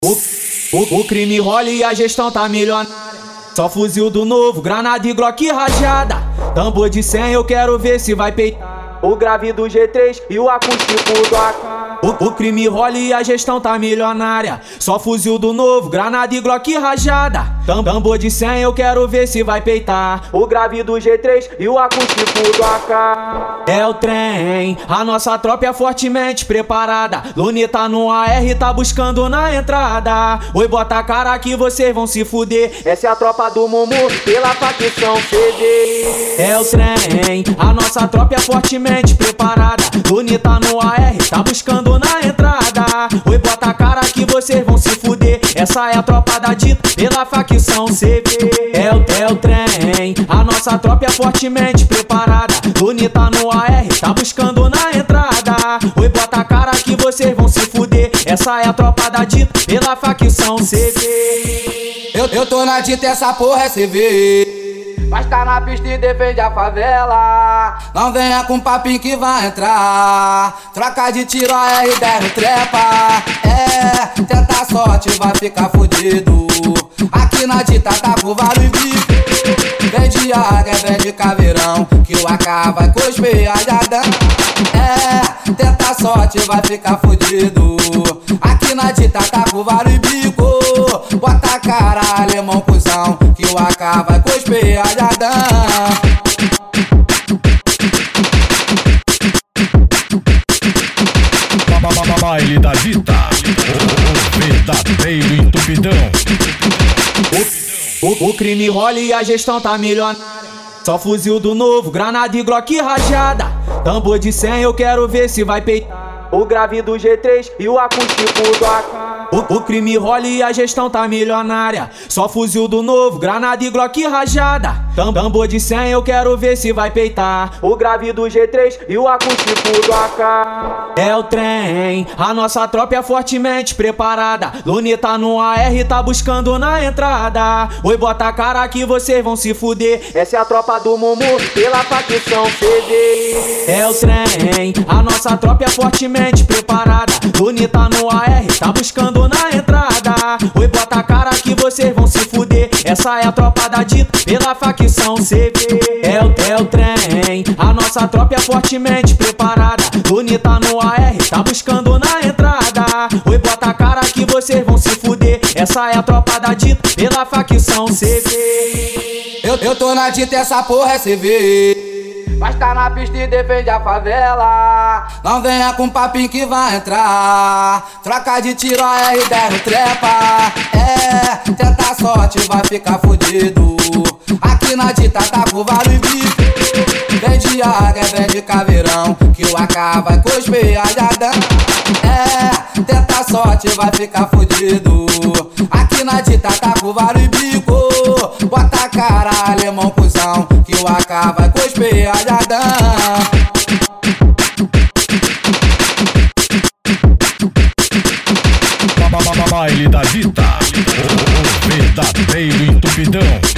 O crime rola e a gestão tá milionária. Só fuzil do novo, granada e Glock rajada. Tambor de 100 eu quero ver se vai peitar. O grave do G3 e o acústico do AK. O crime rola e a gestão tá milionária. Só fuzil do novo, granada e Glock rajada. Tambor de 100 eu quero ver se vai peitar. O grave do G3 e o acústico do AK. É o trem, a nossa tropa é fortemente preparada. Luneta no AR tá buscando na entrada. Oi, bota a cara que vocês vão se fuder. Essa é a tropa do Mumu pela facção CD. É o trem, a nossa tropa é fortemente preparada. Luneta no AR tá buscando na entrada. Oi, bota a cara que vocês vão se fuder. Essa é a tropa da dita pela facção CV. É o trem, a nossa tropa é fortemente preparada. Luneta no AR tá buscando na entrada. Oi, bota a cara que vocês vão se fuder. Essa é a tropa da dita pela facção CV. Eu tô na dita, essa porra é CV. Mas tá na pista e defende a favela. Não venha com papinho que vai entrar. Troca de tiro, a R10 no trepa. É, tenta a sorte, vai ficar fudido. Aqui na dita tá com vários bicos. Vem de águia, vem de caveirão, que o AK vai cuspir a jardão. É, tenta a sorte, vai ficar fudido. Aqui na dita tá com vários bicos. Bota a cara, alemão cuzão, que o AK vai cuspir a jardão. Baile da Dita, o verdadeiro entupidão. O crime rola e a gestão tá milionária. Só fuzil do novo, granada e Glock rajada. Tambor de 100 eu quero ver se vai peitar. O grave do G3 e o acústico do AK. O crime rola e a gestão tá milionária. Só fuzil do novo, granada e Glock rajada. Tambor de 100 eu quero ver se vai peitar. O grave do G3 e o acústico do AK. É o trem, a nossa tropa é fortemente preparada. Luneta no AR tá buscando na entrada. Oi, bota a cara que vocês vão se fuder. Essa é a tropa do Mumu pela facção CD. É o trem, a nossa tropa é fortemente preparada. Luneta no AR tá buscando na entrada. Oi, bota a cara que vocês vão se fuder. Essa é a tropa da dita pela facção CV. É o trem, a nossa tropa é fortemente preparada. Luneta no AR tá buscando na entrada. Oi, bota a cara que vocês vão se fuder. Essa é a tropa da dita pela facção CV. Eu tô na dita, essa porra é CV. Mas tá na pista e defende a favela. Não venha com papinho que vai entrar. Troca de tiro, a R10 no trepa. É, tenta a sorte, vai ficar fudido. Aqui na dita tá com vários bicos. Vem de águia, vem de caveirão, que o AK vai cuspir a jardão. É, tenta a sorte, vai ficar fudido. Aqui na dita tá com vários bicos. Bota a cara, alemão cuzão, que o AK vai cuspir a jardão. Baile da Dita, o verdadeiro entupidão.